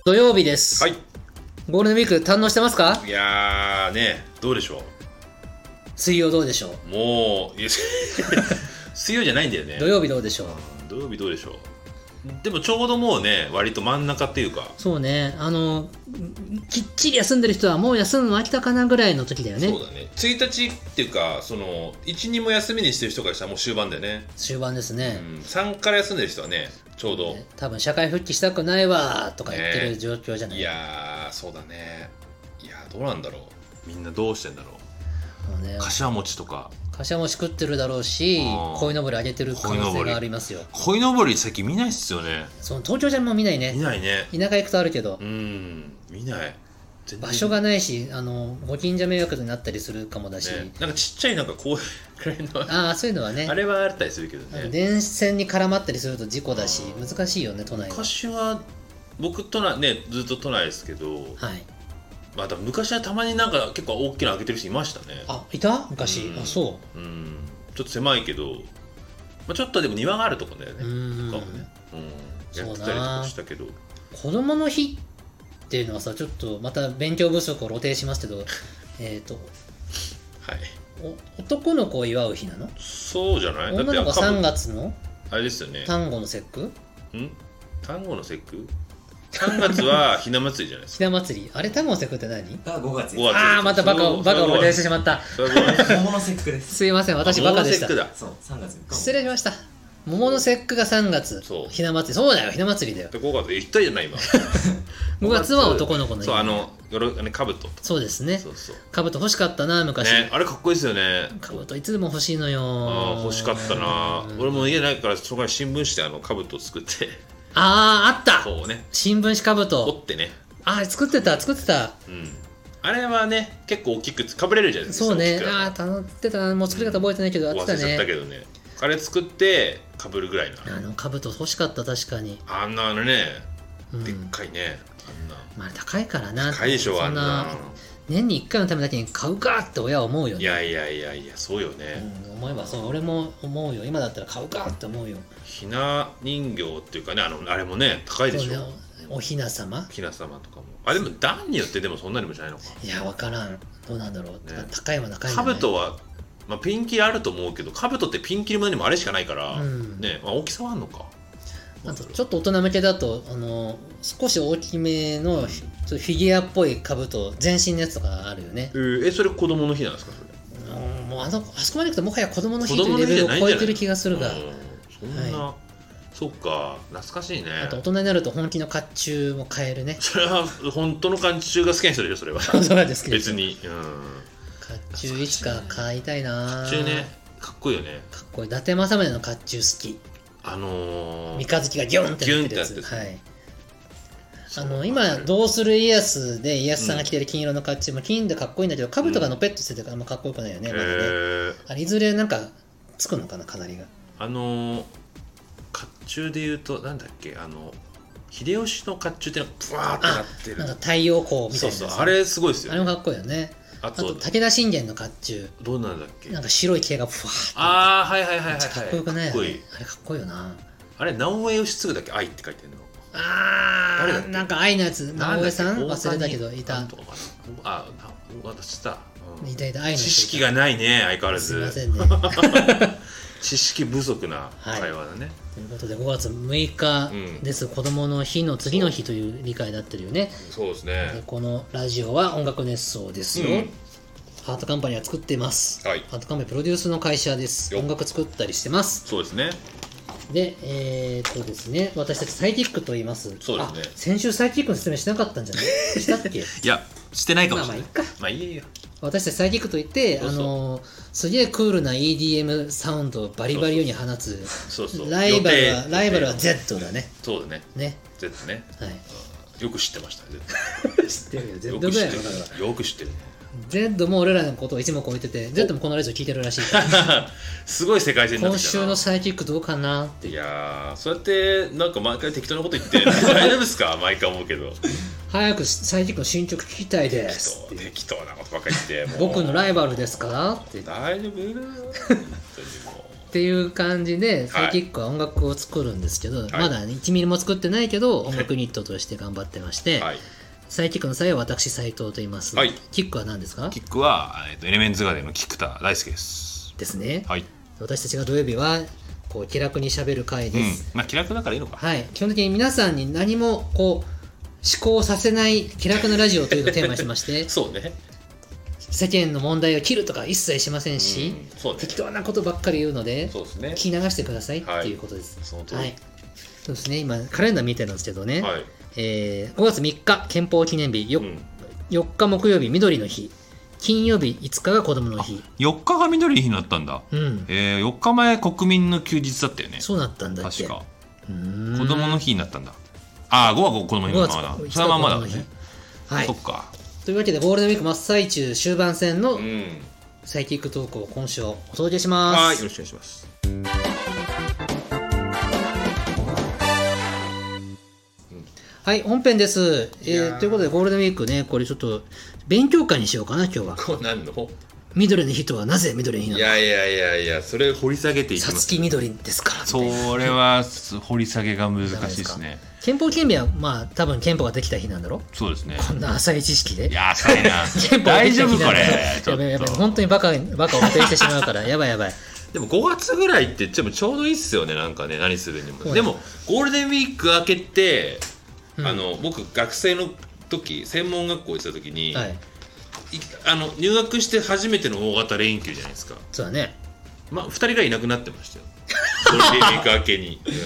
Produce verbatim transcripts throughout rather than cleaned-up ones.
土曜日です。 はい。 ゴールデンウィーク堪能してますか？ いやーね、どうでしょう。 水曜どうでしょう？ もういや水曜じゃないんだよね。 土曜日どうでしょう？ 土曜日どうでしょう。でもちょうどもうね、割と真ん中っていうか。 そうね、あのきっちり休んでる人はもう休むの飽きたかなぐらいの時だよね。 そうだね。ついたちっていうか、そのいちにちも休みにしてる人からしたらもう終盤だよね。 終盤ですね、 うん、さんから休んでる人はね、ちょうど、 ね、多分社会復帰したくないわとか言ってる状況じゃない、 ね、いやーそうだね。いやーどうなんだろう。みんなどうしてんだろう。ね、柏餅とか柏餅食ってるだろうし、鯉のぼりあげてる可能性がありますよ。 鯉のぼり最近見ないっすよね。 その東京じゃもう見ないね。 見ないね。 田舎行くとあるけど、 うん見ない。 場所がないし、あのご近所迷惑になったりするかもだし、 ね、なんかちっちゃいなんかこうくらいのああそういうのはね、 あれはあったりするけどね。 電線に絡まったりすると事故だし難しいよね、都内は。 昔は僕都内ねずっと都内ですけど、 はい。 また昔はたまになんか結構大きな開けてる人いましたね。 あ、いた昔、 うん、 あそう、 うん、ちょっと狭いけど、まあ、ちょっとでも庭があるとこだよね。 うんとかもね、うん、やってたりとかしたけど、 子供の日っていうのはさ、ちょっとまた勉強不足を露呈しますけどえっとはい、 お男の子を祝う日なの？ そうじゃない？ 女の子はさんがつのあれですよね、 端午の節句？ ん端午の節句？さんがつはひな祭りじゃないですか。 ひな祭り。あれ、端午の節句って何？ がごがつ。 ああ、またバカをバカを露呈してしまった。 桃の節句です。 すいません、私バカでした。 そう、さんがつ。 失礼しました。桃の節句がさんがつ。ひな祭り。そうだよ、ひな祭りだよ。 ごがつ言ったじゃない今。 ごがつは男の子の日。 そう、あのかぶと。 そうですね。かぶと欲しかったな昔。 あれかっこいいですよね。 かぶといつでも欲しいのよ。 ああ欲しかったな。俺も家ないからそこから新聞紙でかぶとを作って。 ああ、あった。 そうね。 新聞紙かぶと。 折ってね。 ああ、作ってた、作ってた。 うん。あれはね、結構大きくかぶれるじゃないですか。 そうね。ああ、頼ってたな。もう作り方覚えてないけど、あってたね。 忘れちゃったけどね。あれ作ってかぶるぐらいな。 あのかぶと欲しかった、確かに。 あんなのね、でっかいね。あんな。 まあ高いからな。 高いでしょ、あんな。 年にいっかいのためだけに買うかって親は思うよね。 いやいやいやいや、そうよね。 うん、思えばそう、俺も思うよ。今だったら買うかって思うよ。 ひな人形っていうかね、あのあれもね高いでしょ。 おひな様、 ひな様とかも。あでも段によってでもそんなにもしないのか。 いや分からん、どうなんだろう、ね、高いは高いんだね。兜は、まあ、ピンキリあると思うけど、兜ってピンキリも何もあれしかないから、うんね、まあ、大きさはあるのか。 あとちょっと大人向けだとあの少し大きめのフィギュアっぽい兜、全身のやつとかあるよね。 えー、えそれ子供の日なんですかそれ？ うん、もうあのあそこまでいくともはや子供の日というレベルを超えてる気がするが、 そんな、はい、そっか、懐かしいね。 あと大人になると本気の甲冑も買えるね。 それは本当の甲冑が好きな人でしょそれは。 そうですけど別に、うん、 甲冑いつか買いたいな。 甲冑ね、かっこいいよね。 かっこいい。伊達政宗の甲冑好き。 あのー、 三日月がギュンってなってるやつ。はい。あの今どうする家康で家康さんが着てる金色の甲冑も金でかっこいいんだけど、兜がのぺっとしててからあんまかっこよくないよね。まだね。あれいずれなんかつくのかな、飾りが。 あのー、甲冑でいうとなんだっけ、あの秀吉の甲冑ってなんかブワーってなってる。 なんか太陽光みたいな。 そうそう、あれすごいですよね。 あれもかっこいいよね。あと武田信玄の甲冑、 どうなんだっけ、 なんか白い毛がふわーって。 ああはいはいはいはい、 かっこよくない？ かっこいい。 あれかっこいいよな。 あれ直江義継だっけ、愛って書いてるの。 ああなんか愛のやつ、直江さん忘れたけどいた。 あ私だ、 うん、いたいた。愛の知識がないね相変わらず。 すいませんね。 知識不足な会話だね、はい、 ということでごがつむいかです、うん、子供の日の次の日という理解になってるよね。 そうですね。 でこのラジオは音楽熱奏ですよ、うん、ハートカンパニーは作っています、はい、ハートカンパニープロデュースの会社です。音楽作ったりしてます。 そうですね。 でえー、っとですね私たちサイキックと言います。 そうですね。 先週サイキックの説明しなかったんじゃないしたっけ？ いやしてないかもしれない。 まあまあいいか。 まあいいよ。 私たちサイキックといってそうそう、あのすげえクールな イーディーエム サウンドをバリバリ世に放つ。 そうそう。 ライバルはライバルは Z だね。 そうだね。 ね。 Z ね。 はい。 よく知ってました。 知ってるよ。Z ぐらいだから。 よく知ってる。 Z も俺らのことを一目置いてて、Z もこのラジオ聞いてるらしい。 すごい世界線になってきたな。 今週のサイキックどうかなって。 いやー、そうやってなんか毎回適当なこと言って大丈夫ですか？毎回思うけど。 早くサイキックの進捗聞きたいです。 適当なことばっかり言って。 僕のライバルですからって。 大丈夫？ っていう感じでサイキックは音楽を作るんですけど、はい、まだいちミリも作ってないけど音楽ユニットとして頑張ってまして、はい、サイキックの際は私斉藤と言います、はい、キックは何ですか？ キックは、えー、とエレメンツガーデンのキックタ大好きですですね、 はい、 私たちが土曜日はこう気楽にしゃべる回です、 うん、まあ気楽だからいいのか、 はい、基本的に皆さんに何もこう思考させない気楽なラジオというのをテーマにしましてそうね、 世間の問題を切るとか一切しませんし、うんそうね、適当なことばっかり言うので、そうですね、聞き流してくださいっていうことです。はい、そのはい、そうですね、今カレンダー見てるんですけどね、はい、えー、ごがつみっか憲法記念日 よ,、うん、よっか木曜日緑の日、金曜日いつかが子供の日。 よっかが緑の日になったんだ、うん、えー、よっかまえ国民の休日だったよね。 そうなったんだっけ。 確かうーん子供の日になったんだ。ああごは子供の日のままだ。それはまんまだね。はい、そっか。というわけでゴールデンウィーク真っ最中終盤戦のサイキックトークを今週お届けします。 はい、よろしくお願いします。 はい、本編です、えー、ということでゴールデンウィークね、これちょっと勉強会にしようかな今日は。 こうなんの緑の日とはなぜ緑の日なのか。 いやいやいやいや、それ掘り下げていきます。 さつき緑ですからそれは掘り下げが難しいですね。 憲法記念日はまあ多分憲法ができた日なんだろ。 そうですね。 こんな浅い知識で。 いや浅いな。 憲法ができた日なんだろ。 大丈夫これ。 やばいやばい、本当にバカバカをまたしてしまうからやばいやばい。 でもごがつぐらいって言ってもちょうどいいっすよね、なんかね、何するにも。でもゴールデンウィーク明けて、うん、あの僕学生の時専門学校行ってた時に、はい、あの入学して初めての大型連休じゃないですか。 そうだね。 まあふたりがいなくなってましたよ。ゴールデンウィーク明けに。うん、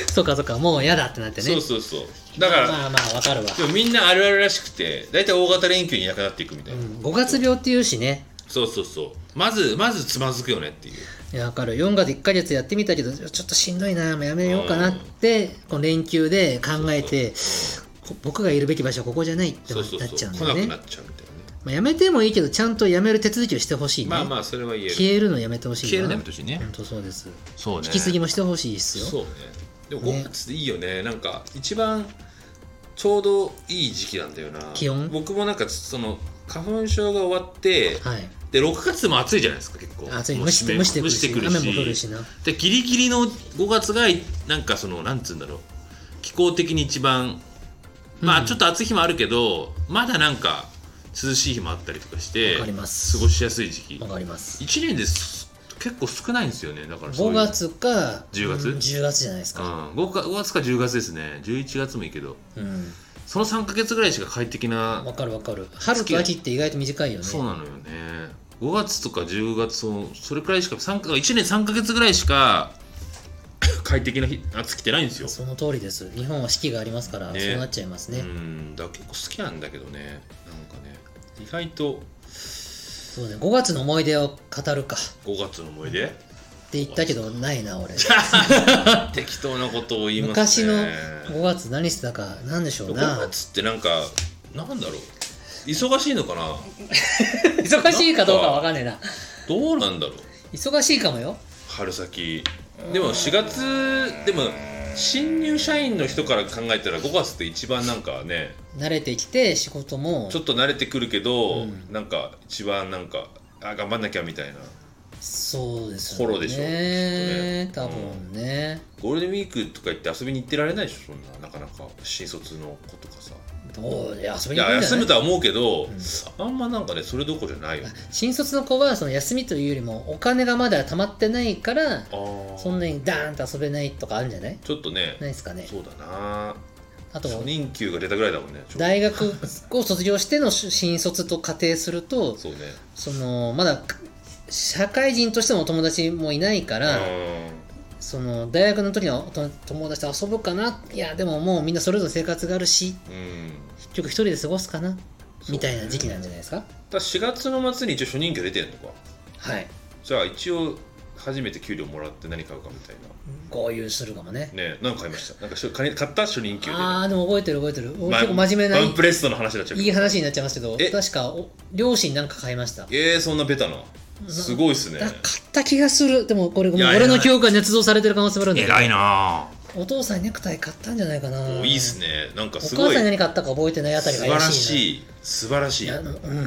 そうかそうか、もう嫌だってなってね。 そうそうそう。だからまあまあわかるわ。 でもみんなあるあるらしくて、だいたい大型連休にいなくなっていくみたいな。うん、 ごがつ病っていうしね。 そうそうそう。まずまずつまずくよねっていう。 いや分かる。よんがついっかげつやってみたけどちょっとしんどいな、もうやめようかなってこの連休で考えて、僕がいるべき場所はここじゃないってなっちゃうんだよね。 来なくなっちゃうみたいなね。 まあ、やめてもいいけどちゃんとやめる手続きをしてほしいね。 まあまあそれは言える。 消えるのやめてほしいな。 消えるのやめてほしいね。 本当そうです。 そうね。 引き継ぎもしてほしいですよ。 そうね。でもごがつでいいよね。なんか一番ちょうどいい時期なんだよな。 気温。僕もなんかその花粉症が終わって、はい、でろくがつも暑いじゃないですか結構。 暑い。蒸して蒸してくるし、雨も降るしな。 でギリギリのごがつがなんかそのなんつうんだろう、気候的に一番まあちょっと暑い日もあるけど、うん、まだなんか涼しい日もあったりとかして過ごしやすい時期。 わかります。 いちねんです結構少ないんですよね。だからごがつかじゅうがつ、 うん、じゅうがつじゃないですか、 うん、ごがつかじゅうがつですね。じゅういちがつもいいけど、うん、そのさんかげつぐらいしか快適な。 わかるわかる。春と秋って意外と短いよね。 そうなのよね。ごがつとかじゅうがつのそれくらいしかいちねんさんかげつぐらいしか快適な夏来てないんですよ。 その通りです。日本は四季がありますから、ね、そうなっちゃいますね。 うん、だから結構好きなんだけどね。なんかね意外とそうね。ごがつの思い出を語るか。 ごがつの思い出って言ったけどないな俺。 適当なことを言いますね。 昔のごがつ何してたかなんでしょうな。 ごがつってなんかなんだろう、忙しいのかな。 忙しいかどうかわかんねえな。 どうなんだろう。 忙しいかもよ。 春先でもしがつでも新入社員の人から考えたらごがつって一番なんかね慣れてきて仕事もちょっと慣れてくるけど、うん、なんか一番なんかあ頑張んなきゃみたいな。 そうですね。 頃でしょね、多分ね、 うん、ゴールデンウィークとか言って遊びに行ってられないでしょそんな。なかなか新卒の子とかさ。 どうで遊びに行くんじゃない。いや休むとは思うけど、うん、あんまなんかねそれどころじゃないよ。 新卒の子はその休みというよりもお金がまだ溜まってないからそんなにダーンと遊べないとかあるんじゃない。 ちょっとね。 ないですかね。 そうだな。 あと初任給が出たぐらいだもんね。 大学を卒業しての新卒と仮定するとそうね。 そのまだ社会人としてのお友達もいないからその大学の時の友達と遊ぶかな。いやでももうみんなそれぞれ生活があるし、うん、結局一人で過ごすかなみたいな時期なんじゃないですか。 だしがつの末に一応初任給出てるのか。 はい。 じゃあ一応初めて給料もらって何買うかみたいな豪遊するかもね。 ね、何買いました。なんか買った初任給で。 ああでも覚えてる覚えてる、ま、結構真面目なワンプレストの話になっちゃう。 いい話になっちゃいますけど確か両親なんか買いました。 えー、そんなベタな。すごいっすね。 買った気がする。でもこれ俺の記憶が捏造されてる可能性もあるんだけど。 偉いな。 お父さんにネクタイ買ったんじゃないかな。 いいっすね。なんかすごい。 お母さんに何買ったか覚えてないあたりが怪しいな。 素晴らしい素晴らしい。 いや、うん、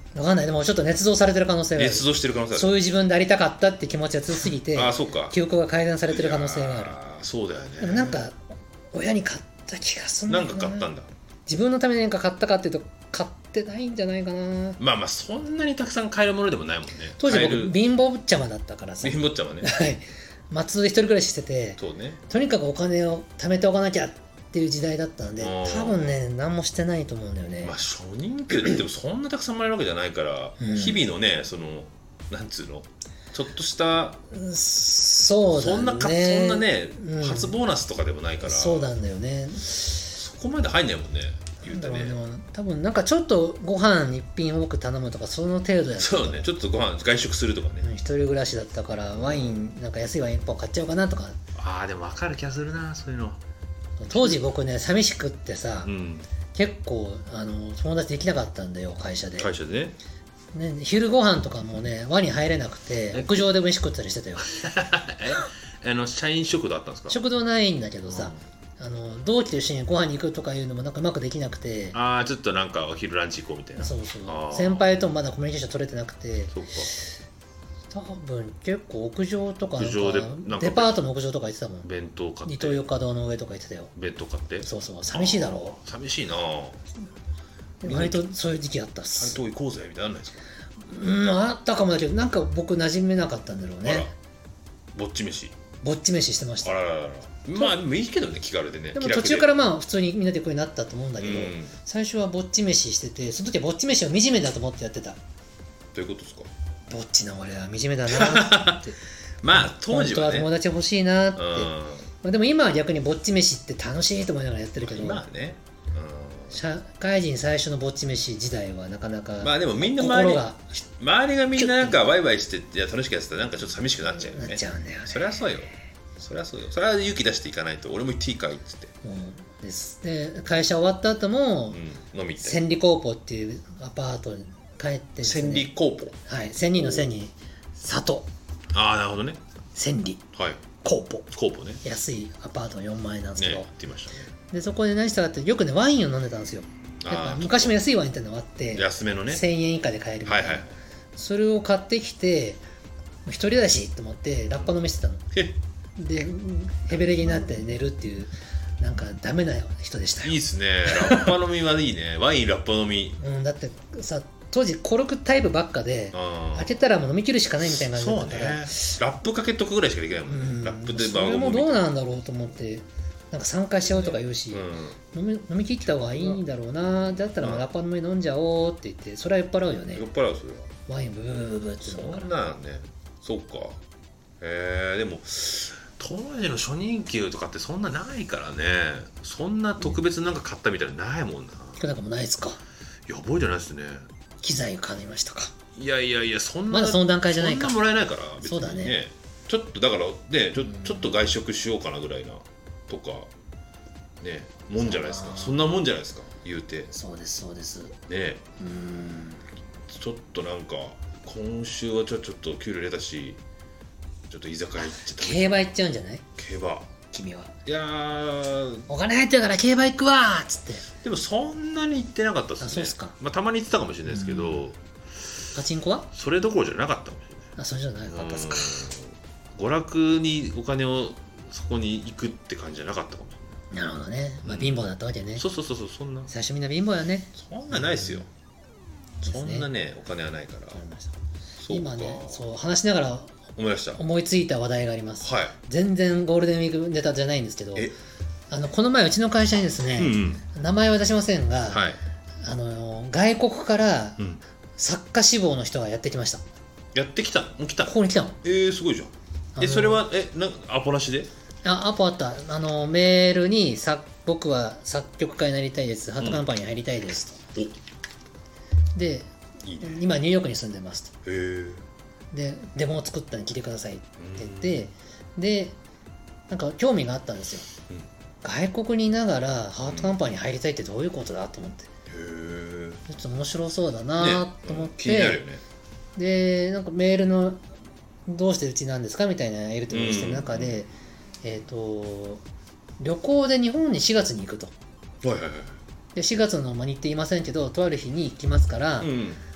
分かんない。でもちょっと捏造されてる可能性がある。 捏造してる可能性ある。 そういう自分でありたかったって気持ちが強すぎてあ、そうか、 記憶が改ざんされてる可能性がある。 あ、そうだよね。 でもなんか親に買った気がするんだなよな。 んか買ったんだ。 自分のために何か買ったかっていうと買ってないんじゃないかな。 まあまあそんなにたくさん買えるものでもないもんね。 当時僕買える貧乏ぶっちゃまだったからさ。 貧乏ちゃまね。 はい。松戸で一人暮らししてて、 そうね。 とにかくお金を貯めておかなきゃっていう時代だったので、 あー多分ね何もしてないと思うんだよね。 まあ初任給ってでもそんなたくさんもらえるわけじゃないから、 うん日々のねそのなんつうのちょっとしたそうだね。 そんなかそんなね、 うん初ボーナスとかでもないからそうなんだよね。 そこまで入んないもんね言うてね。 でも多分なんかちょっとご飯一品多く頼むとかその程度やった。 そうね、ちょっとご飯外食するとかね、 うん一人暮らしだったからワインなんか安いワインいっぽん買っちゃおうかなとか。 ああでも分かる気がするなそういうの。 当時僕ね寂しくってさ、 うん、 結構あの友達できなかったんだよ会社で。 会社でね。 ね、昼ご飯とかもね輪に入れなくて屋上で飯食ったりしてたよ。 えあの社員食堂あったんですか？ 食堂ないんだけどさ、あの同期と一緒にご飯に行くとかいうのもなんかうまくできなくて。 ああちょっとなんかお昼ランチ行こうみたいな。 そうそうあー先輩ともまだコミュニケーション取れてなくて、 そうか。 多分結構屋上とかなんか屋上でなんかデパートの屋上とか行ってたもん。 弁当買ってイトーヨーカドーの上とか行ってたよ。 弁当買ってそうそう寂しいだろあー寂しいな。 う。割とそういう時期あったっす。 台東行こうぜみたいなのないですか？ うんあったかもだけどなんか僕馴染めなかったんだろうあらね。 ぼっち飯。 ぼっち飯してました。 あらららら。まあでもいいけどね気軽でね。 でも途中かららまあ普通にみんなで行くようになったと思うんだけど、 うん最初はぼっち飯しててその時はぼっち飯を惨めだと思ってやってた。 どういうことですか？ ぼっちの俺は惨めだなってまあ当時はね。 本当は友達欲しいなって、 うんまあ、でも今は逆にぼっち飯って楽しいと思いながらやってるけど、 今はね。 社会人最初のぼっち飯時代はなかなかうんまあでもみんな周り心が周りがみんななんかワイワイしていや楽しくやってたらなんかちょっと寂しくなっちゃうよなっね。 ちゃうんだよね。 そりゃそうよ。そりゃそうよ。それは勇気出していかないと俺も行っていいかいっつって。 うんですで会社終わった後も、 うん飲み行って。 千里コーポっていうアパートに帰ってですね、 千里コーポ。 はい、千里の千に里ああなるほどね。 千里はい。 コーポコーポね。 安いアパートよんまん円なんですねけど、 言ってましたね。 でそこで何したかってよくねワインを飲んでたんですよ。やっぱあー昔も安いワインってのがあって安めのね。 せんえん以下で買えるみたな、 はいいはい。 それを買ってきて一人だしと思ってラッパ飲みしてたのへでヘベレゲになって寝るっていうなんかダメな人でしたよ。 いいっすね。ラッパ飲みはいいね。ワインラッパ飲み。 うん、だってさ当時コルクタイプばっかであ開けたらもう飲み切るしかないみたいな感じそうねだったから、 ラップかけとくぐらいしかできないもんね、 うんラップでそれもどうなんだろうと思ってなんか参加しちゃうとか言うし、 うん飲み飲み切った方がいいんだろうな、だったらもうラッパ飲み飲んじゃおうって言ってそれは酔っ払うよね。 酔っ払うそれはワインブブブブブってそ飲むからんなんねそうかへえでも当時の初任給とかってそんなないからねそんな特別なんか買ったみたいなのないもんな。 いくらかもないですか。 いや覚えてないですね。 機材を買いましたか。 いやいやいやそんなまだその段階じゃないか。 そんなもらえないから別にそうだねちょっとだからねちょ,、 うんちょっと外食しようかなぐらいなとかねもんじゃないですかそうだそんなもんじゃないですか言うてそうですそうです。 ねうんちょっとなんか今週はちょちょっと給料出たしちょっと居酒屋行ってた競馬行っちゃうんじゃない競馬君は。 いやーお金入ってるから競馬行くわーっつって。 でもそんなに行ってなかったですね。 あそうっすか。 まあ、たまに行ってたかもしれないですけど、 パチンコはそれどころじゃなかったかもしれない。 あそれじゃなかったですか。 うん娯楽にお金をそこに行くって感じじゃなかったかもしなるほどね。まあうん貧乏だったわけね。 そうそうそうそうそんな最初みんな貧乏やね。 そんなないですよ、 ですそんなねお金はないからわかりました。 そうか今ね、そう話しながら思い出した思いついた話題があります。 はい全然ゴールデンウィークネタじゃないんですけど、 えあのこの前うちの会社にですうんね、 うん名前は出しませんが、 はいあの外国からうん作家志望の人がやってきました。こやってきたもう来たこに来たの。 えー、すごいじゃんあのえそれはえなんかアポなしであアポあった。あのメールにさ僕は作曲家になりたいです。ハットカンパニーに入りたいですと。 おで、 いいね今ニューヨークに住んでますと。 へえでデモを作ったんで聞いてくださいって言って、でなんか興味があったんですよ、 うん外国にいながらハートカンパニーに入りたいってどういうことだと思ってへえちょっと面白そうだなと思っねうん気になるよて、 ねでなんかメールのどうしてうちなんですかみたいなやり取りをしてる中で、えっ、と旅行で日本にしがつに行くと。 はいはいはいでしがつの、まあ、日程言いませんけどとある日に行きますから、 うん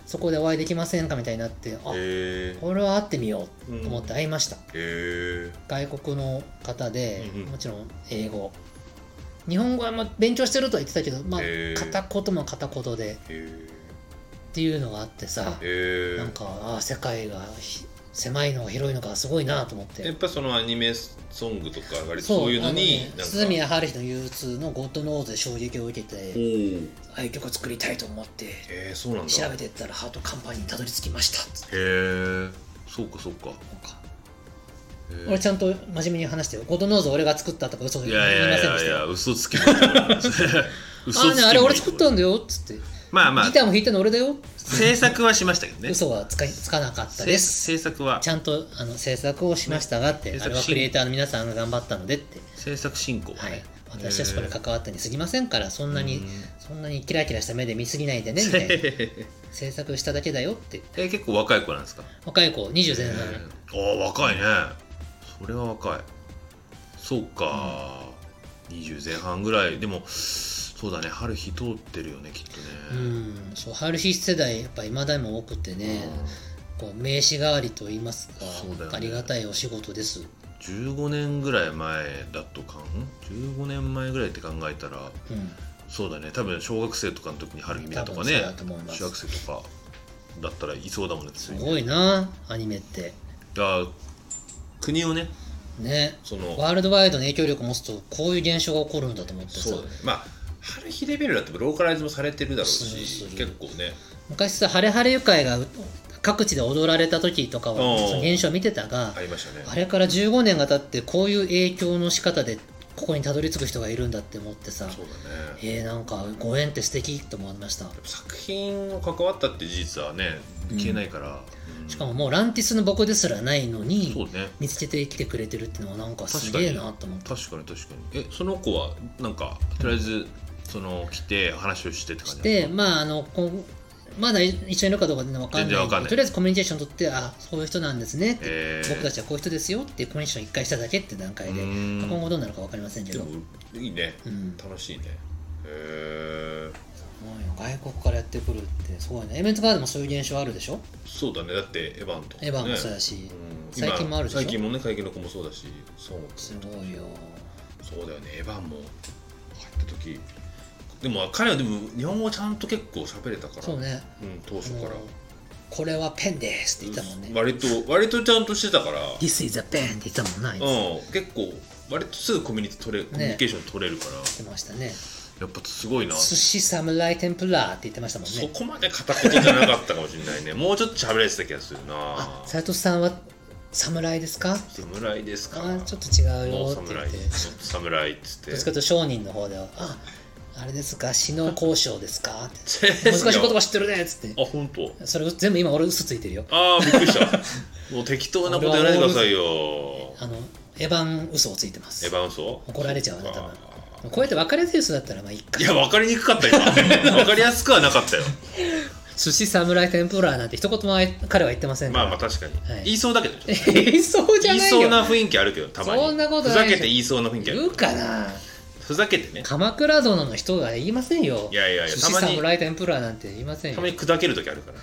そこでお会いできませんかみたいになって、あ、これは会ってみようと思って会いました。 へー。 外国の方で、 うんうん、 もちろん英語、日本語はまあ勉強してるとは言ってたけど、まあ、片言も片言でっていうのがあってさ、なんかあ世界が狭いのが広いのがすごいなと思って。 やっぱそのアニメソングとか割とそういうのに鈴宮春日の憂鬱のゴッドノーズで衝撃を受けて、ああいう曲を作りたいと思って調べていったらハートカンパニーにたどり着きました。 へえ、そうかそうか。 俺ちゃんと真面目に話してよ。ゴッドノーズ俺が作ったとか嘘言いませんでしたよ。いやいやいや嘘つきますよ。 あね、あれ俺作ったんだよっつって。 まあまあ、 ギターも弾いてるの俺だよ。 制作はしましたけどね。 嘘はつかつかなかったです。 制作はちゃんとあの制作をしましたがって、ね、あれはクリエイターの皆さんが頑張ったのでって。 制作進行、ね、 はい。私はそこに関わったに過ぎませんから、そんなにそんなにキラキラした目で見すぎないでねみたいな。制作しただけだよって。 え結構若い子なんですか？ 若い子、にじゅう前半。 ああ若いね。それは若い。そうか、うん、にじゅう前半ぐらいでも。そうだね、春日通ってるよねきっとね。 うん、そう春日世代やっぱ今だにも多くてね、こう名刺代わりと言いますか、そうだよね、ありがたいお仕事です。 じゅうごねんぐらい前だとかんじゅうごねんまえぐらいって考えたら、うん、そうだね、多分小学生とかの時に春日見たとかね、中学生とかだったらいそうだもんね。 すごいなアニメって。 いや国をねね、そのワールドワイドの影響力を持つとこういう現象が起こるんだと思ってさ。 そうだね、まあ春日レベルだとローカライズもされてるだろうし、結構ね昔さ、ハレハレ愉快が各地で踊られた時とかはその現象を見てたが、 ありましたね。 あれからじゅうごねんが経ってこういう影響の仕方でここにたどり着く人がいるんだって思ってさ、そうだね、えー、なんかご縁って素敵と思いました。 作品を関わったって事実はね消えないから、 うんうん、しかももうランティスの僕ですらないのに、ね、見つけてきてくれてるっていうのはなんかすげえなと思って。 確かに確かに。えその子はなんかとりあえず、うんその来て話をしてって感じで、まああのこまだ一緒にいるかどうか分かんないけど、とりあえずコミュニケーション取って、あそういう人なんですねって、僕たちはこういう人ですよっていうコミュニケーションいっかいしただけって段階で、今後どうなるか分かりませんけど。 いいね、うん、楽しいね。へえ。 外国からやってくるってすごいね。エメンツガードもそういう現象あるでしょ。 そうだね、だってエヴァンとか、ね、 エヴァンもそうだし、うん、最近もあるでしょ。 最近もね、最近の子もそうだし、そうすごいよ。 そうだよね、エヴァンも入った時でも彼はでも日本語ちゃんと結構喋れたから。そうね、うん、当初からこれはペンですって言ったもんね。 割と割とちゃんとしてたから This is a pen って言ったもんな。うん、 結構割とすぐコミュニティ取れ、ね、コミュニケーション取れるから。 言ってましたね。 やっぱすごいな。 寿司サムライ天ぷらって言ってましたもんね。 そこまで片言じゃなかったかもしれないね。もうちょっと喋れてた気がするな。 あ、斉藤さんは侍ですか？ 侍ですか？ あ、ちょっと違うよって言って。 侍っつって。 どっちかというと商人の方では、あ、あれですか、死の交渉ですかって難しい言葉知ってるねっつって。 あ、本当。 それ全部今俺嘘ついてるよ。 ああ、びっくりした。もう適当なことやらないでくださいよ。 あのエヴァン嘘をついてます。 エヴァン嘘？怒られちゃうね多分。こうやって分かりやすい嘘だったらまあいいか。 いや分かりにくかった今。分かりやすくはなかったよ。 寿司侍天ぷらなんて一言も彼は言ってませんから。 まあまあ確かに、はい、言いそうだけど言いそうじゃないよ。 言いそうな雰囲気あるけどたまに。 そんなことない。 ふざけて言いそうな雰囲気ある。 言うかな。 ふざけてね。 鎌倉殿の人が言いませんよ。 いやいやいや、 寿司侍天ぷらなんて言いませんよ。 たまに砕ける時あるから。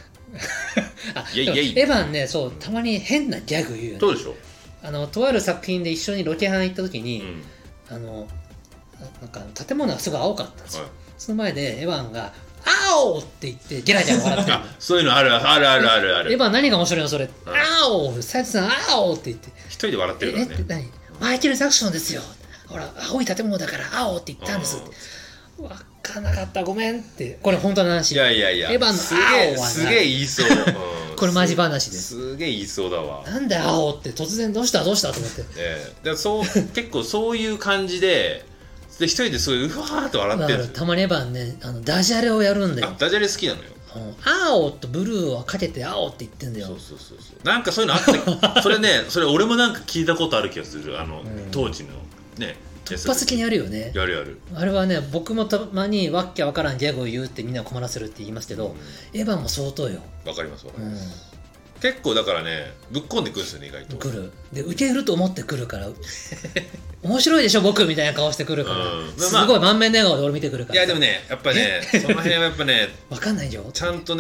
あ、いやいやいや。エヴァンね、そうたまに変なギャグ言うよね。 そうでしょ。あのとある作品で一緒にロケハン行った時に、うん、あのなんか建物がすごい青かったんですよ、はい、その前でエヴァンが青って言ってゲラゲラ笑ってる。 そういうのあるあるあるあるある。 エヴァン何が面白いのそれ、うん、青斉藤さん青って言って一人で笑ってるからね。 えって何マイケル・ジャクソンですよ、ほら青い建物だから青って言ったんですって。分かんなかったごめんって。これ本当の話。 いやいやいや、 エヴァンの青はすげえ言いそう、 うん、これマジ話です。 すげえ言いそうだわ。 なんで青って突然どうしたどうしたと思って、 ええ、だそう結構そういう感じでで一人ですごいうわーって笑ってる。 たまにエヴァンね、あのダジャレをやるんだよ。 あ、ダジャレ好きなのよ。 青とブルーをかけて青って言ってんだよ。 そうそうそうそう。なんかそういうのあってそれね、それ俺もなんか聞いたことある気がする。あの、うん、当時のね突発的にやるよね。 やるやる。 あれはね、僕もたまにわっきゃわからんギャグを言うってみんなを困らせるって言いますけど、うん、エヴァンも相当よ。 わかりますわかります、うん、結構だからねぶっこんでくるんですよね意外と。 くるで受けると思ってくるから面白いでしょ僕みたいな顔してくるから、うん、すごい満面の笑顔で俺見てくるから。 いやでもねやっぱねその辺はやっぱねわかんないよちゃんとね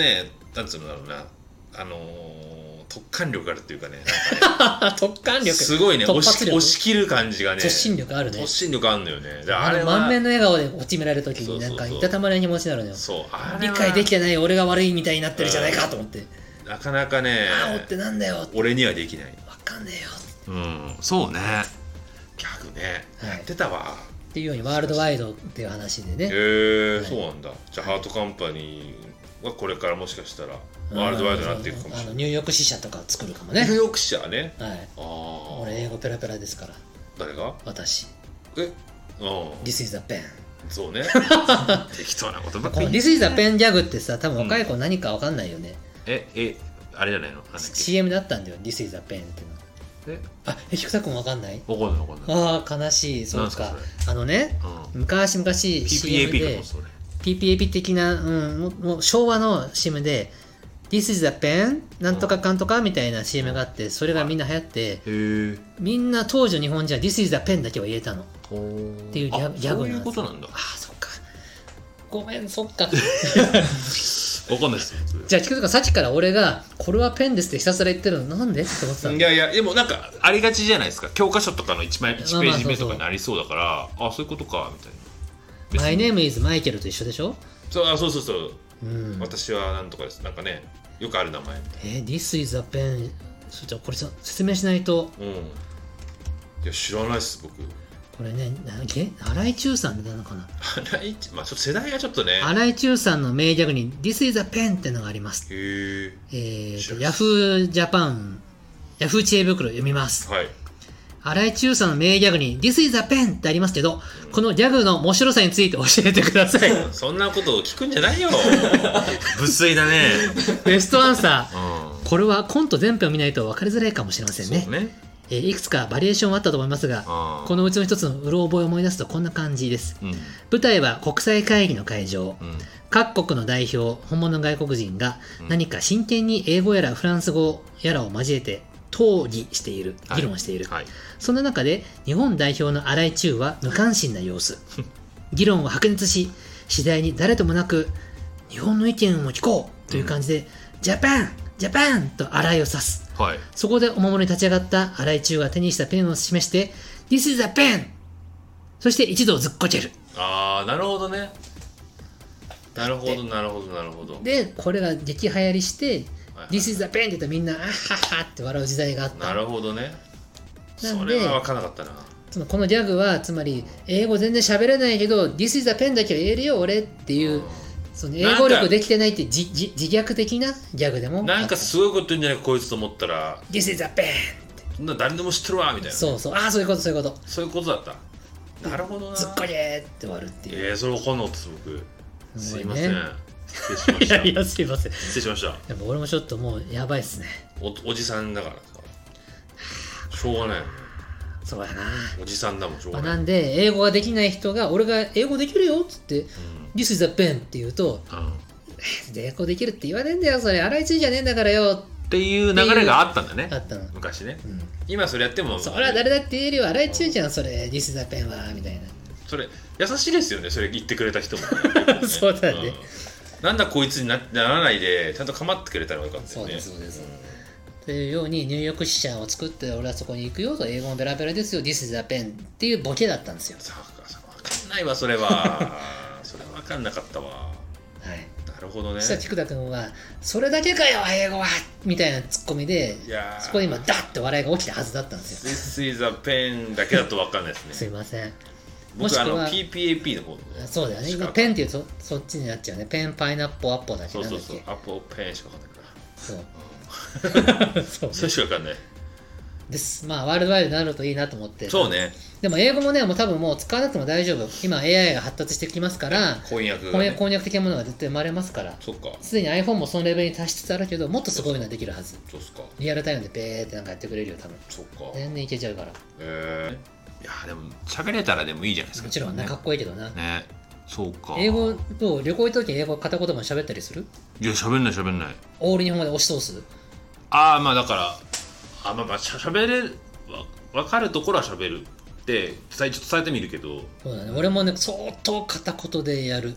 なんつうのだろうな、あのー、突貫力あるっていうかね、 なんかね突貫力すごいね、押し、押し切る感じがね、 突進力あるね、 突進力あるんだよね。 あれ満面の笑顔で落ちめられるときになんかいたたまれな気持ちになるのよ。 そう、あれ理解できてない俺が悪いみたいになってるじゃないかと思って、 なかなかね、 青ってなんだよ、 俺にはできない、 わかんねえよ、うん、そうね、ギャグね、はい、やってたわっていうようにワールドワイドっていう話でね。 へえーはい、そうなんだ。じゃあハートカンパニーはこれからもしかしたらワールドワイドになっていくかもしれない。 あのニューヨーク支社とか作るかもね。 ニューヨーク支社ね。 はい。あ俺英語ペラペラですから。 誰が？ 私。 え？うん。 This is a pen。 そうね。適当なことばっかり。 This is a pen ギャグってさ、多分若い子何かわかんないよね。 うん、ええあれじゃないの？ シーエム だったんだよ。This is a pen っていうの。えあえ菊田君わかんない？ わかんないわかんない。 ああ悲しい。そうか。あのね、うん、昔々 シーエム で ピーピーエーピー 的な、うん、もうもう昭和の シーエム で This is a pen なんとかかんとかみたいな シーエム があって、それがみんな流行って、うん、みんな当時の日本人は This is a pen だけは言えたのっていうギャグなんです。そういうことなんだ。 ああそっか。ごめんそっか。 わかんないです。 じゃあ菊田君さっきから俺がこれはペンですってひたすら言ってるのなんでって思ってたの。 いやいやでもなんかありがちじゃないですか。教科書とかのいちまいいちページ目とかにありそうだから、まあまあそうそう、あそういうことかみたいな。 My name is マイケルと一緒でしょ。 そうあそうそうそう、うん、私はなんとかです。なんかねよくある名前みたいな。 えー、This is a pen。そじゃこれさ説明しないと。 うん。いや知らないっす僕。 これね、新井中さんってなのかな。 新井まあちょっと世代がちょっとね。 新井中さんの名ギャグに This is a pen ってのがあります。へー。 えーと、ヤフージャパン、ヤフー知恵袋読みます。はい。新井中さんの名ギャグに This is a pen ってありますけど、うん、このギャグの面白さについて教えてください。 そんなことを聞くんじゃないよ。無粋だね。 ベストアンサー。うん、これはコント全編を見ないと分かりづらいかもしれませんね。そうね。えー、いくつかバリエーションはあったと思いますが、このうちの一つのうろ覚えを思い出すとこんな感じです、うん、舞台は国際会議の会場、うん、各国の代表本物の外国人が何か真剣に英語やらフランス語やらを交えて討議している、議論している、はいはい、そんな中で日本代表の新井中は無関心な様子議論は白熱し次第に誰ともなく日本の意見を聞こうという感じで、うん、ジャパンジャパンと新井を指す、はい、そこでお守りに立ち上がった新井中が手にしたペンを示して This is a pen そして一度ずっこける。 ああなるほどね。なるほどなるほどなるほど。 でこれが激流行りして、はいはい、This is a pen って言ったらみんなあははって笑う時代があった。 なるほどね。なんでそれは分からなかったな。 そのこのギャグはつまり英語全然喋れないけど This is a pen だけは言えるよ俺っていう、その英語力できてないって自自虐的なギャグでもなんかすごいこと言うんじゃないかこいつと思ったら This is a pen そんな誰でも知ってるわみたいな。 そうそうああそういうことそういうことそういうことだった。なるほどな。 ずっこりーって終わるっていう。 えー、それ分かんなかったです僕。すいません、失礼しました。 いやいやすいません失礼しました。 でも俺もちょっともうやばいっすね。 お, おじさんだからさしょうがないよね。 そうやなおじさんだもんしょうがない、 まあ、なんで英語ができない人が俺が英語できるよっつって、うん、This is a pen って言うと、うん英語できるって言わねえんだよそれ新井中じゃねえんだからよっていう流れがあったんだね。 あったの昔ね、うん、今それやってもそれは誰だって言えるよ新井中じゃんそれ This is a pen はみたいな。 それ優しいですよねそれ言ってくれた人も、 ね、そうだね、うん、 なんだこいつに な, ならないでちゃんと構ってくれたらよかったよね。 そうですそうです、うん、というように入浴支社を作って俺はそこに行くよと英語もベラベラですよ This is a pen っていうボケだったんですよ。 そうかそう分かんないわそれはそれは分かんなかったわ。はいなるほどね。 そしたら菊田君はそれだけかよ英語はみたいなツッコミでそこで今ダッて笑いが起きたはずだったんですよ。This is a pen だけだと分かんないですね。 すいません。 僕もしくはあの ピーピーエーピー の方そうだよね。今ペンっていうと そ, そっちになっちゃうね。ペンパイナッポーアッポーだけなんだっけ。そうそうそうアッポーペンしか分かんないから。そう。それしか分かんない。 です。まあワールドワイドになるといいなと思って。 そうね。 でも英語もねもう多分もう使わなくても大丈夫。今 エーアイ が発達してきますから翻訳が、 ね、翻訳的なものが絶対生まれますから。 そっか。 すでに iPhone もそのレベルに達しつつあるけどもっとすごいのができるはず。 そうっすか。 リアルタイムでペーってなんかやってくれるよ多分。 そっか。 全然いけちゃうから。へえー。いやでも喋れたらでもいいじゃないですか。 もちろんねかっこいいけどな。 ね。そうか。 英語と旅行行った時に英語片言も喋ったりする？ いや喋んない喋んない。 オール日本語で押し通す？ ああまあだからあまあまあ喋れるわ分かるところは喋るってちょっと伝えてみるけど。 そうだね。俺もね相当片言でやる。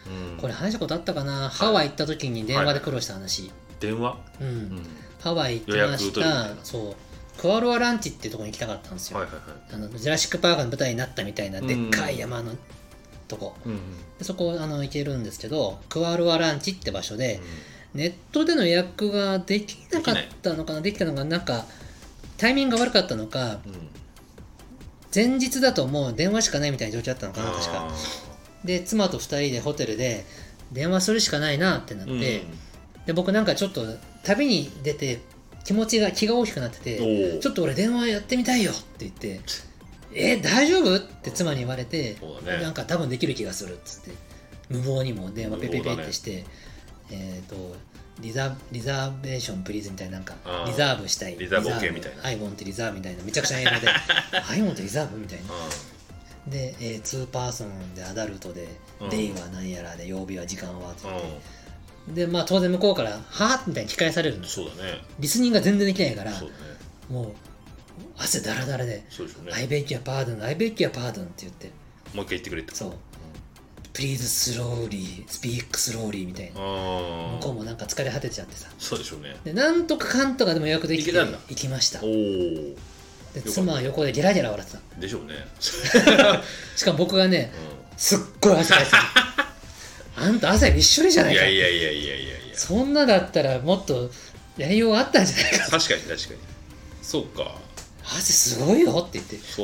うん、これ話したことあったかな、ハワイ行った時に電話で苦労した話、はい、 電話、 うん、うん、ハワイ行ってました。そうクアロアランチっていうところに行きたかったんですよ、はいはいはい、あのジュラシックパークの舞台になったみたいなでっかい山のとこ、うんうん、でそこあの行けるんですけど、クアロアランチって場所で、うん、ネットでの予約ができなかったのかな、できたのがなんかタイミングが悪かったのか、うん、前日だともう電話しかないみたいな状況だったのかな確かで、妻とふたりでホテルで電話するしかないなってなって、うん、で僕なんかちょっと旅に出て気持ちが気が大きくなってて、ちょっと俺電話やってみたいよって言ってえ大丈夫って妻に言われて、ね、なんか多分できる気がするっつって無謀にも電話ペペペってして、ね、えっ、ー、とリザリザーベーションプリーズみたいな、なんかリザーブしたい、 リザーブ OK みたいな、 I want リザーブみたいなめちゃくちゃ英語でI want リザーブみたいなで、えー、ツーパーソンでアダルトで、うん、デイは何やらで曜日は時間はって言って、うん、でまあ当然向こうからはぁみたいに聞かれされるんです。 そうだね、 リスニングが全然できないから、 そうだね、 もう汗だらだらで、 そうでしょうね、 I beg your pardon I beg your pardon って言って、 もう一回言ってくれって、 そう、うん、Please slowly speak slowly みたいな、向こうもなんか疲れ果てちゃってさ、 そうでしょうね、 でなんとかかんとかでも予約できて行きました。おー、 で妻は横でゲラゲラ笑ってたでしょうねしかも僕がね、うん、すっごい汗かいてたあんた汗びっしょりじゃないか、 いやいやいやいやいやいや、 そんなだったらもっとやりようがあったんじゃないか、 確かに確かに、そうか、 汗すごいよって言って、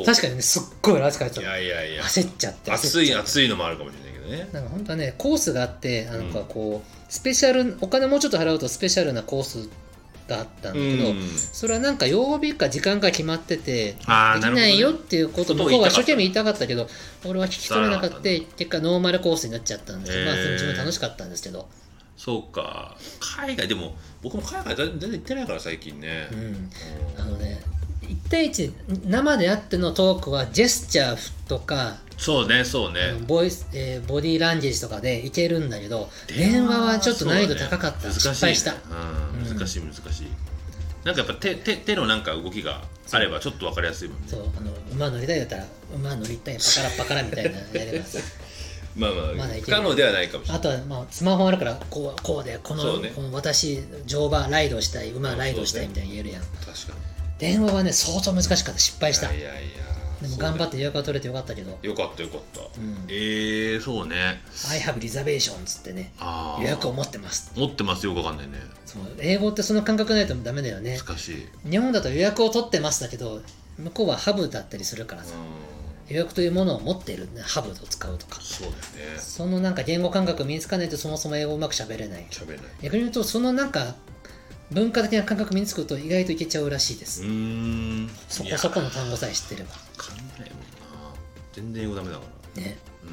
確かにねすっごい汗かいてたの。いやいやいや、焦っちゃって暑い暑いのもあるかもしれないけどね。 なんか本当はねコースがあって、なんかこう、うん、スペシャルお金もうちょっと払うとスペシャルなコースがあったんだけど、うん、それはなんか曜日か時間が決まっててできないよっていうことを向こうは一生懸命言いたかったけど、俺は聞き取れなかった、結果ノーマルコースになっちゃったんですけど、まあ自分楽しかったんですけど。 そうか、海外でも僕も海外全然行ってないから最近ね、うん、 あのねいち対いち生であってのトークはジェスチャーとか、 そうねそうね、 ボイス、えー、ボディーランゲージとかでいけるんだけど、電話はちょっと難易度高かった、ね、失敗した、 うんうん、難しい難しい、なんかやっぱ 手, 手, 手のなんか動きがあればちょっと分かりやすいもんね。 そう、あの馬乗りたいだったら馬乗りたいパカラパカラみたいなやればさまあまあ、まだ不可能ではないかもしれない。 あとは、まあ、スマホあるからこうこうでこの、ね、この私乗馬ライドしたい馬ライドしたいみたいに言えるやん。 確かに電話はね相当難しかった、失敗した。 いやいやいや、 でも頑張って予約が取れてよかったけど。 よかったよかった、うん、えー、そうね、 I have reservation つってね、予約を持ってます持ってますよくわかんないね。 そう、英語ってその感覚ないとダメだよね。 難しい。 日本だと予約を取ってますだけど、向こうはハブだったりするからさ、予約というものを持っている、ね、ハブを使うとか、 そうだよね、 そのなんか言語感覚身につかないとそもそも英語をうまく喋れない。 喋れない。 逆に言うとそのなんか文化的な感覚身につくと意外といけちゃうらしいです。うーん、そこそこの単語さえ知ってれば。 分かんないもんな、全然英語ダメだからね。うん、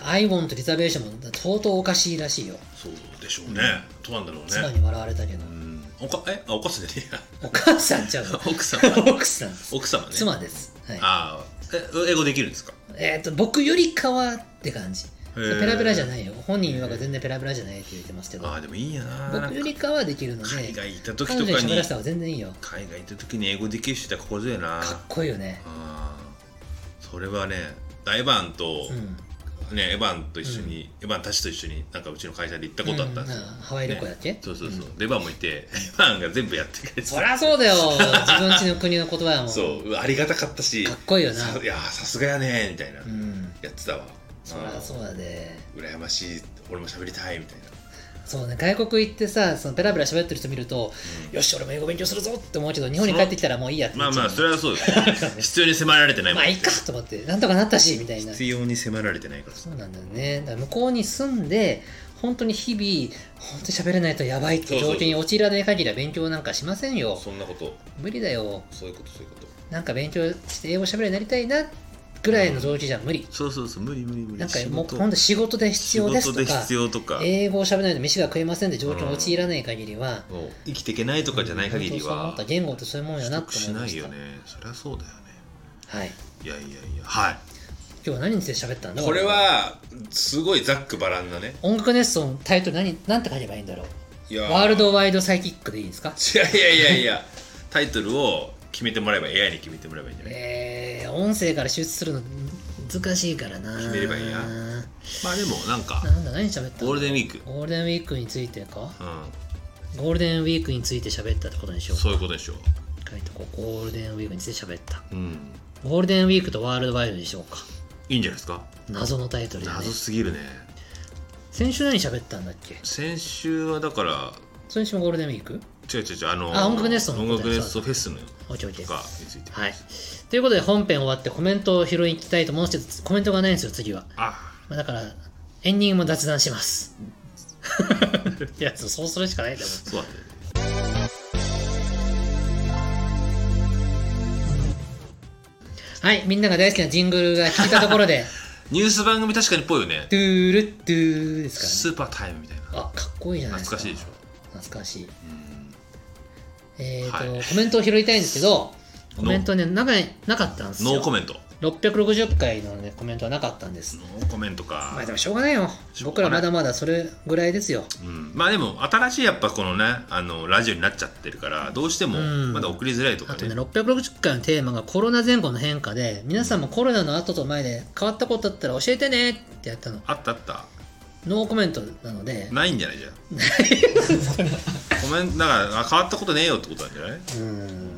I want リザベーションも相当おかしいらしいよ。 そうでしょうね、どうなんだろうね。 妻に笑われたけど、 おかえあお母さんじゃねえやお母さんちゃう奥さん奥さん奥様ね、 妻です、はい、 あえ英語できるんですか。 えっと僕よりかはって感じ。ペラペラじゃないよ、本人は全然ペラペラじゃないって言ってますけど、 あでもいいやな、 僕よりかはできるので、 海外行った時とかに彼女に喋らせた方が全然いいよ。 海外行った時に英語できる人は心強いな、 かっこいいよね。 あそれはね、エヴァンと、うん、ねエヴァンと一緒に、うん、エヴァンたちと一緒になんかうちの会社で行ったことあったんですよ、うん、 ハワイ旅行だっけ、 ね、そうそうそう、うん、エヴァンもいてエヴァンが全部やってくれて、 そりゃそうだよ自分家の国の言葉やもんそうありがたかったし、 かっこいいよな、 いやさすがやねみたいな、うん、やってたわ。 そりゃそうだで、 羨ましい、俺も喋りたいみたいな。 そうね、外国行ってさ、そのペラペラ喋ってる人見ると、うん、よし俺も英語勉強するぞって思うけど、日本に帰ってきたらもういいやってまあまあそれはそうです必要に迫られてないもん、 まあいいかと思って、なんとかなったしみたいな、 必要に迫られてないから。 そうなんだよね。だから向こうに住んで本当に日々本当に喋れないとやばいって状況に陥らない限りは勉強なんかしませんよ。 そんなこと無理だよ。 そういうことそういうこと。 なんか勉強して英語喋れるようになりたいなぐらいの状況じゃ無理、 うん、そうそうそう無理無理無理。 なんかもう本当仕事で必要ですとか、 仕事で必要とか、 英語を喋らないと飯が食えませんって状況に陥らない限りは、 うん、生きていけないとかじゃない限りは、 うん、言語ってそういうもんやなと思いました。 しないよね。そりゃそうだよね。 はい。 いやいやいや、はい。 今日は何について喋ったんだ。 これはすごいざっくばらんなね。 音楽熱奏のタイトル何なんて書けばいいんだろう。いやワールドワイドサイキックでいいんですか。 いやいやいやいやタイトルを決めてもらえば エーアイ に決めてもらえばいいんじゃない。 えー、音声から抽出するの難しいからな。 決めればいいや。 まあでもなんかなんだ何喋ったゴールデンウィークゴールデンウィークについてか、 うん、 ゴールデンウィークについて喋ったってことにしようか。 そういうことでしょう。 書いとこう。ゴールデンウィークについて喋った、 うん、 ゴールデンウィークとワールドワイドにしようか。 いいんじゃないですか。 謎のタイトルでね。 謎すぎるね。 先週何喋ったんだっけ。 先週はだから先週もゴールデンウィーク。 違う違う違うあのあ音楽ネストの音楽ネストフェスのオッケーオッケーがについて、 はい。ということで本編終わってコメントを拾いに行きたいと思うんですけど、コメントがないんですよ次は。 あ、 まあ、だからエンディングも雑談しますいやそうするしかないと思う。 そうだね。 はい、みんなが大好きなジングルが聞いたところでニュース番組確かにっぽいよね。 ドゥールッドゥーですからね。 スーパータイムみたいな。 あ、かっこいいじゃないですか。 懐かしいでしょ。 懐かしい。 うん、 えーと、 はい、 コメントを拾いたいんですけど、コメントね、なかなかったんですよ。 ノーコメント。 ろっぴゃくろくじゅっかいの、ね、コメントはなかったんです。 ノーコメントか。 まあでもしょうがないよ。僕らまだまだそれぐらいですよ。 うん、まあでも新しいやっぱこのねあのラジオになっちゃってるからどうしてもまだ送りづらいとかね。 あとねろっぴゃくろくじゅっかいのテーマがコロナ前後の変化で、皆さんもコロナの後と前で変わったことあったら教えてねってやったの。 あったあった。 ノーコメントなので。 ないんじゃないじゃん。コメントだからあ変わったことねえよってことなんじゃない。 うん。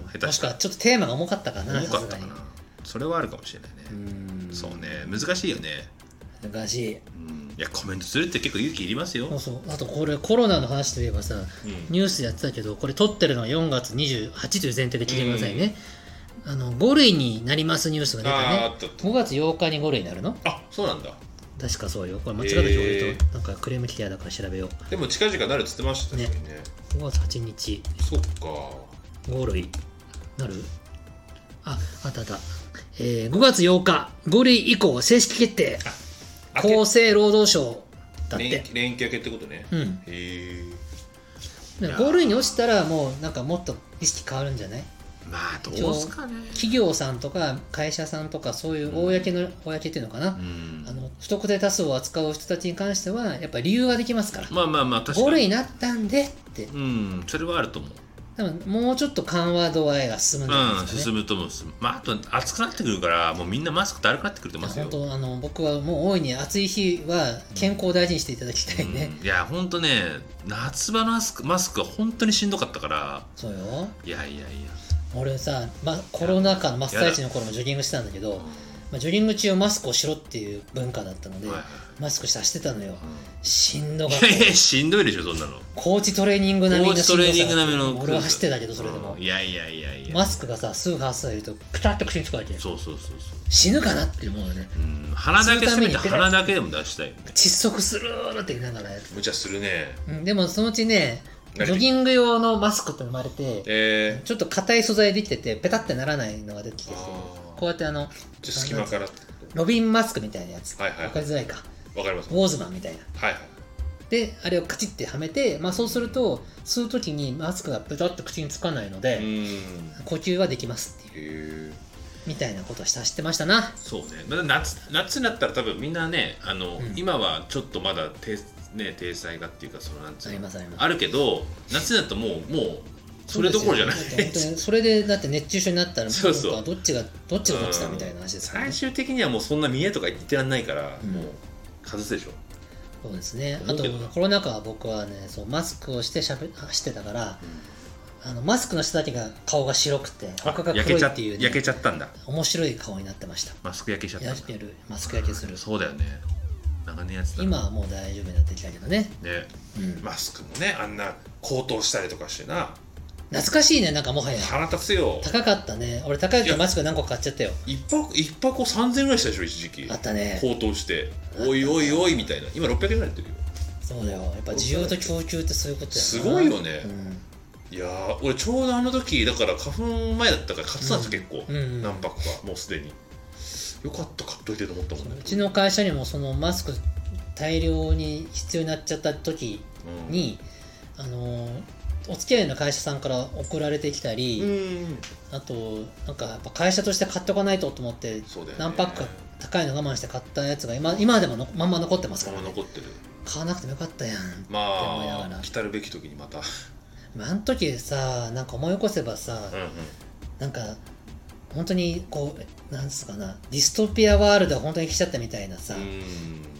下手したらもしくはちょっとテーマが重かったかな。 重かったかな。それはあるかもしれないね。うんそうね難しいよね。 難しい。 うんいやコメントするって結構勇気いりますよ。 そうそう。あとこれコロナの話といえばさ、うん、ニュースやってたけどこれ撮ってるのはよんがつにじゅうはちという前提で聞いてくださいね。うん、あのご類になりますニュースが出てね。あったったごがつようかにご類になるの。 あそうなんだ。 確かそうよ。これ間違った表示となんかクレーム来てやだから調べよう。 でも近々なるって言ってましたね。 ごがつはちにち。 そっか。 ご類なる。ああったあった。えー、ごがつようかご類以降正式決定。厚生労働省だって。 連休明けってことね。 うん。 へえ。 ご類に落ちたらもうなんかもっと意識変わるんじゃない？ まあどうすかね。 企業さんとか会社さんとかそういう公の、うん、公っていうのかな、うん、あの不特定多数を扱う人たちに関してはやっぱり理由ができますから。 まあまあまあ確かに。 ご類になったんでって。 うんそれはあると思う。 多分もうちょっと緩和度合いが進むんじゃないですかね。うん、 進むと思う。まああと暑くなってくるからもうみんなマスクだるくなってくると思いますよ。 本当あの僕はもう大いに暑い日は健康を大事にしていただきたいね。 うんうん、いや本当ね夏場のマスクマスクは本当にしんどかったから。 そうよ。 いやいやいや。 俺さ、ま、コロナ禍の真っ最中の頃もジョギングしてたんだけど、まあ、ジョギング中はマスクをしろっていう文化だったので、はいはい、マスクして走ってたのよ、うん、しんどかった。 しんどいでしょそんなの。 コーチトレーニング並みのしんどさ。 コーチトレーニング並みの。 俺は走ってたけどそれでも、 うん、いやいやいやいやマスクがさ数発されるとクタッと口につかれてそうそうそうそう死ぬかなって思うよね、 うん、鼻だけせめて鼻だけでも出したい。 窒息するーって言いながら無茶するね、 うん、でもそのうちねジョギング用のマスクと生まれて、えー、ちょっと硬い素材できててペタってならないのが出てきてて、こうやってあの隙間からロビンマスクみたいなやつ、 はいはい、 分かりづらいか。 わかります。 ウォーズマンみたいな、 はいはい、 であれをカチッてはめて、まあ、そうすると吸う時にマスクがペタッと口につかないので呼吸はできますっていうみたいなことをした知ってましたな。 そうね。まだ 夏, 夏になったら多分みんなねあの、うん、今はちょっとまだ低ね体裁がっていうかそのなんつうの あ, りますあ, りますあるけど夏になったらもうもうそれどころじゃない。 それでだって熱中症になったらそうそうどっちがどっちがどっちだみたいな話ですから、 ね、最終的にはもうそんな見えとか言ってらんないから、うん、もう外すでしょ。 そうですね。あとコロナ禍は僕はねそうマスクをしてしゃべ走ってたから、うん、あのマスクの人だけが顔が白くて他が黒いっていう、ね、 焼けちゃったんだ。 面白い顔になってました。 マスク焼けちゃったんだ。 やるマスク焼けする。 そうだよね。長年やつだ。 今はもう大丈夫になってきたけどね。 ね、うん、マスクもねあんな高騰したりとかしてな。 懐かしいね。なんかもはや腹立つよ。 高かったね。俺高いけマスク何個買っちゃったよ。 一箱一箱さんぜんえんぐらいしたでしょ一時期。 あったね。 高騰しておいおいおいみたいな。今ろっぴゃくえんぐらいやってるよ。 そうだよ。やっぱ需要と供給ってそういうことやな。 すごいよね、うん、いやー俺ちょうどあの時だから花粉前だったから買ってたんですよ、うん、結構、うんうん、何箱かもうすでによかった買っといてと思ったもんね。 うちの会社にもそのマスク大量に必要になっちゃった時に、うん、あのお付き合いの会社さんから送られてきたり、うん、あとなんかやっぱ会社として買っておかないとと思って、ね、何パックか高いの我慢して買ったやつが 今, 今でものまんま残ってますから、ね、 まま残ってる。買わなくてもよかったやんって思いながら、まあ来たるべき時にまたあの時さなんか思い起こせばさ、うんうん、なんか本当にこうなんつうかなディストピアワールドが本当に来ちゃったみたいなさ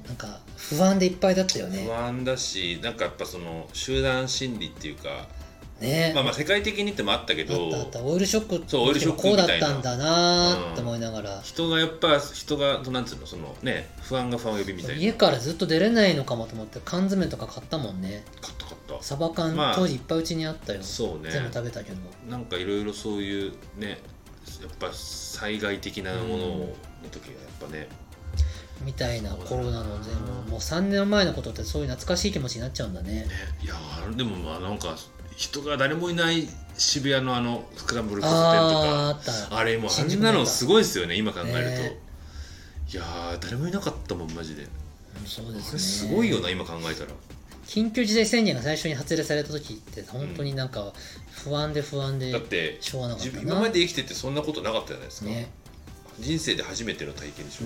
なんか不安でいっぱいだったよね。 不安だし、なんかやっぱその集団心理っていうかね、 まあまあ世界的にってもあったけど、 あったあった、オイルショックそうオイルショックこうだったんだなって思いながら、 うん、人がやっぱ人がなんつうのそのね不安が不安を呼びみたいな、 家からずっと出れないのかもと思って缶詰とか買ったもんね。 買った買ったサバ缶、まあ、当時いっぱいうちにあったよ。 そうね、 全部食べたけど、 なんかいろいろそういうねやっぱ災害的なものの時はやっぱね、 うん、みたいなコロナのでももうさんねんまえのことってそういう懐かしい気持ちになっちゃうんだね。ね、 いやでもまあなんか人が誰もいない渋谷のあのスクランブル交差点とか あ, あ, あれもあんなのすごいですよね今考えると、ね、いやー誰もいなかったもんマジで。 そうですね、 あれすごいよな今考えたら。 緊急事態宣言が最初に発令された時って本当になんか不安で不安で、 だってしょうがなかったな。 今まで生きててそんなことなかったじゃないですか、 ね、 人生で初めての体験でしょ、 うん、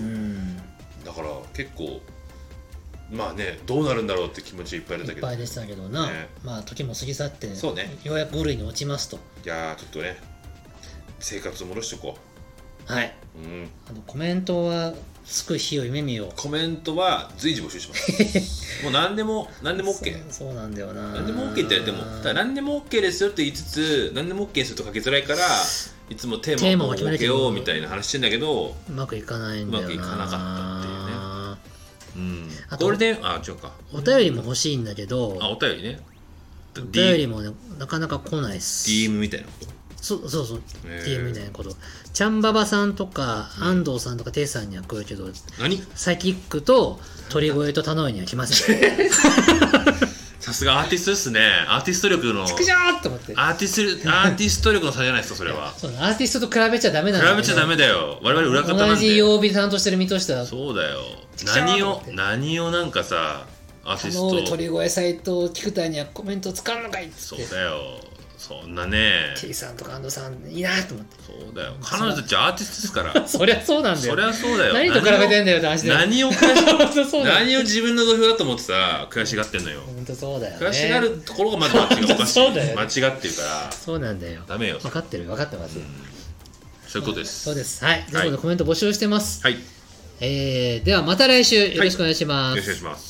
だから結構まあねどうなるんだろうって気持ちいっぱいだったけど、 いっぱいでしたけどな、ね、まあ時も過ぎ去って、 そうね、 ようやくご類に落ちますと。 いやーちょっとね生活を戻していこう。はい、うん、あのコメントはつく日を夢見よう。 コメントは随時募集しますもう何でも何でも OK そ, そうなんだよな。 何でも OK って言われてもただ何でも OK ですよって言いつつ何でも OK にすると書きづらいからいつもテーマを設けようみたいな話してんだけどうまくいかないんだよな。 うまくいかなかったっていうね。うん、あとゴールデンあ違うかお便りも欲しいんだけど、 あお便りねお便りも、ね、なかなか来ないっす。 ディーエム みたいなこと。 そうそうそう ディーエム みたいなこと。ちゃんばばさんとか、うん、安藤さんとかていさんには来るけど、 何サイキックと鳥越と田上には来ませんさすがアーティストですね。アーティスト力のちくしょーって思ってアーティストアーティスト力の差じゃないですかそれは。 そうアーティストと比べちゃダメなんだよ、ね、 比べちゃダメだよ。我々裏方なんで同じ曜日担当してる身としてはそうだよ。何を何をなんかさアーティスト田上鳥越斎藤菊田にはコメント使うのかいっつって。 そうだよ。そんなね T さんとか安藤さんいいなと思って。 そうだよ彼女たちアーティストですからそりゃそうなんだよ。 そりゃそうだよ。 何と比べてんだよって話で何を何を自分の土俵だと思ってさ悔しがってんのよ。 本当そうだよね。 悔しがるところがまず間違いおかしいそうだよ、ね、 間違ってるからそうなんだよ。 ダメよ。 分かってる分かってます、うん、 そういうことです。 そうですはい。ということでコメント募集してます。 はい、 えー、ではまた来週よろしくお願いします、 はい、よろしくお願いします。